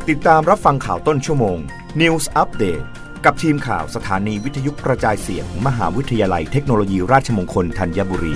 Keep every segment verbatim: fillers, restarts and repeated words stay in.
ติดตามรับฟังข่าวต้นชั่วโมง News Update กับทีมข่าวสถานีวิทยุกระจายเสียง มหาวิทยาลัยเทคโนโลยีราชมงคลธัญบุรี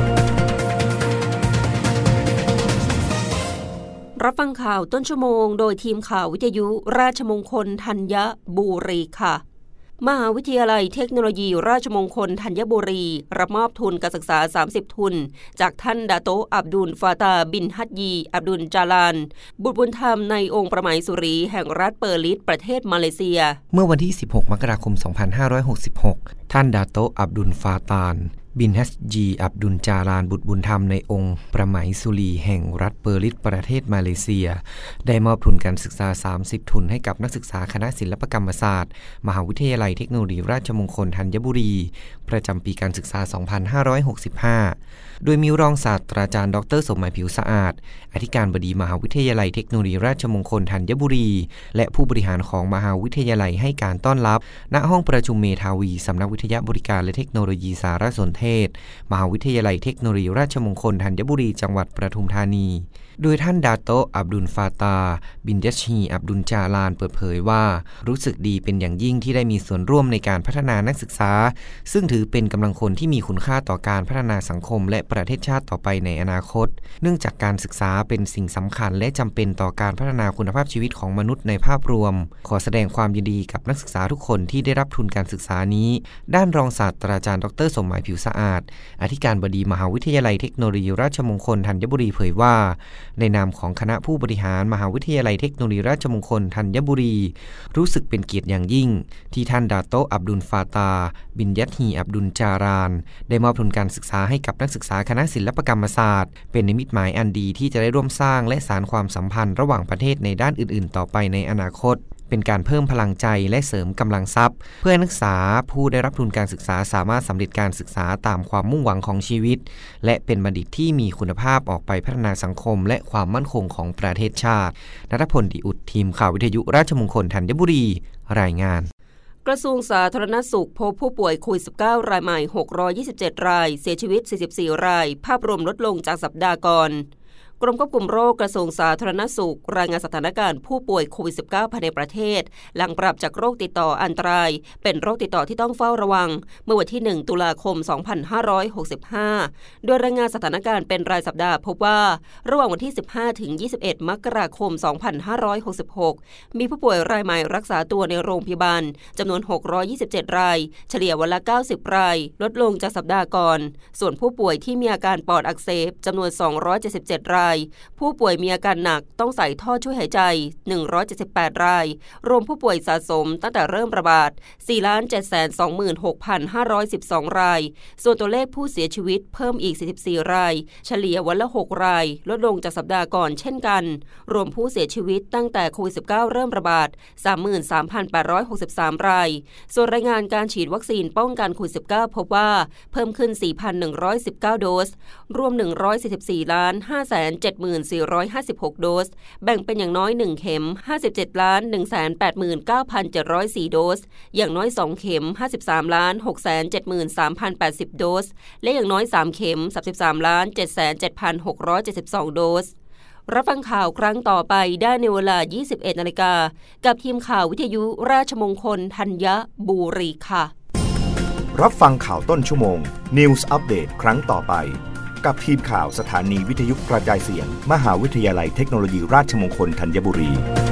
รับฟังข่าวต้นชั่วโมงโดยทีมข่าววิทยุราชมงคลธัญบุรีค่ะมหาวิทยาลัยเทคโนโลยีราชมงคลธัญบุรีรับมอบทุนการศึกษาสามสิบทุนจากท่านดาโตะอับดุลฟาตาบินฮัดยีอับดุลจาลานบุตรบุญธรรมในองค์ประไหมสุรีแห่งรัฐเปอร์ลิสประเทศมาเลเซียเมื่อวันที่สิบหกมกราคมสองพันห้าร้อยหกสิบหกท่านดาโตะอับดุลฟาตานบินฮัดยีอับดุลจาลานบุตรบุญธรรมในองค์ประไหมสุรีแห่งรัฐเปอร์ลิสประเทศมาเลเซียได้มอบทุนการศึกษาสามสิบทุนให้กับนักศึกษาคณะศิลปกรรมศาสตร์มหาวิทยาลัยเทคโนโลยีราชมงคลธัญบุรีประจำปีการศึกษาสองพันห้าร้อยหกสิบห้าโดยมีรองศาสตราจารย์ดรสมหมายผิวสะอาดอธิการบดีมหาวิทยาลัยเทคโนโลยีราชมงคลธัญบุรีและผู้บริหารของมหาวิทยาลัยให้การต้อนรับณห้องประชุมเมธาวีสำนักวิทยาบริการและเทคโนโลยีสารสนเทศมหาวิทยาลัยเทคโนโลยีราชมงคลธัญบุรีจังหวัดปทุมธานีโดยท่านดาโตะอับดุลฟาตาบินยัชฮีอับดุลจาลานเปิดเผยว่ารู้สึกดีเป็นอย่างยิ่งที่ได้มีส่วนร่วมในการพัฒนานักศึกษาซึ่งถือเป็นกำลังคนที่มีคุณค่าต่อการพัฒนาสังคมและประเทศชาติต่อไปในอนาคตเนื่องจากการศึกษาเป็นสิ่งสำคัญและจำเป็นต่อการพัฒนาคุณภาพชีวิตของมนุษย์ในภาพรวมขอแสดงความยินดีกับนักศึกษาทุกคนที่ได้รับทุนการศึกษานี้ด้านรองศาสตราจารย์ดรสมหมายผิวสะอาดอธิการบดีมหาวิทยาลัยเทคโนโลยีราชมงคลธัญบุรีเผยว่าในนามของคณะผู้บริหารมหาวิทยาลัยเทคโนโลยีราชมงคลธัญบุรีรู้สึกเป็นเกียรติอย่างยิ่งที่ท่านดาโตะอับดุลฟาตาบินยัดฮีอับดุลจารานได้มอบทุนการศึกษาให้กับนักศึกษาคณะศิลปกรรมศาสตร์เป็นนิมิตหมายอันดีที่จะได้ร่วมสร้างและสานความสัมพันธ์ระหว่างประเทศในด้านอื่นๆต่อไปในอนาคตเป็นการเพิ่มพลังใจและเสริมกำลังทรัพย์เพื่อนักศึกษาผู้ได้รับทุนการศึกษาสามารถสำเร็จการศึกษาตามความมุ่งหวังของชีวิตและเป็นบัณฑิตที่มีคุณภาพออกไปพัฒนาสังคมและความมั่นคงของประเทศชาติณัฐพล ดิอุดทีมข่าววิทยุราชมงคลธัญบุรีรายงานกระทรวงสาธารณสุขพบผู้ป่วยโควิด สิบเก้า รายใหม่หกร้อยยี่สิบเจ็ดรายเสียชีวิตสี่สิบสี่รายภาพรวมลดลงจากสัปดาห์ก่อนกรมควบคุมโรคกระทรวงสาธารณสุขรายงานสถานการณ์ผู้ป่วยโควิด สิบเก้า ภายในประเทศหลังปรับจากโรคติดต่ออันตรายเป็นโรคติดต่อที่ต้องเฝ้าระวังเมื่อวันที่หนึ่งตุลาคมสองพันห้าร้อยหกสิบห้าโดยรายงานสถานการณ์เป็นรายสัปดาห์พบว่าระหว่างวันที่สิบห้าถึงยี่สิบเอ็ดมกราคมสองพันห้าร้อยหกสิบหกมีผู้ป่วยรายใหม่รักษาตัวในโรงพยาบาลจำนวนหกร้อยยี่สิบเจ็ดรายเฉลี่ยวันละเก้าสิบรายลดลงจากสัปดาห์ก่อนส่วนผู้ป่วยที่มีอาการปอดอักเสบจำนวนสองร้อยเจ็ดสิบเจ็ดรายผู้ป่วยมีอาการหนักต้องใส่ท่อช่วยหายใจหนึ่งร้อยเจ็ดสิบแปดรายรวมผู้ป่วยสะสมตั้งแต่เริ่มระบาด สี่ล้านเจ็ดแสนสองหมื่นหกพันห้าร้อยสิบสอง รายส่วนตัวเลขผู้เสียชีวิตเพิ่มอีกสี่สิบสี่รายเฉลี่ยวันละหกรายลดลงจากสัปดาห์ก่อนเช่นกันรวมผู้เสียชีวิตตั้งแต่โควิด สิบเก้า เริ่มระบาด สามหมื่นสามพันแปดร้อยหกสิบสาม รายส่วนรายงานการฉีดวัคซีนป้องกันโควิด สิบเก้า พบว่าเพิ่มขึ้น สี่พันหนึ่งร้อยสิบเก้า โดสรวมหนึ่งร้อยสี่สิบสี่ล้านห้าแสนเจ็ดหมื่นสี่ร้อยห้าสิบหกโดสแบ่งเป็นอย่างน้อยหนึ่งเข็มห้าสิบเจ็ดล้าน หนึ่งแสนแปดหมื่นเก้าพันเจ็ดร้อยสี่โดสอย่างน้อยสองเข็มห้าสิบสามล้าน หกแสนเจ็ดหมื่นสามพันแปดสิบโดสและอย่างน้อยสามเข็มสามสิบสามล้าน เจ็ดแสนเจ็ดพันหกร้อยเจ็ดสิบสองโดสรับฟังข่าวครั้งต่อไปได้ในเวลา ยี่สิบเอ็ดนาฬิกากับทีมข่าววิทยุราชมงคลธัญบุรีค่ะรับฟังข่าวต้นชั่วโมง News Update ครั้งต่อไปกับทีมข่าวสถานีวิทยุกระจายเสียงมหาวิทยาลัยเทคโนโลยีราชมงคลธัญบุรี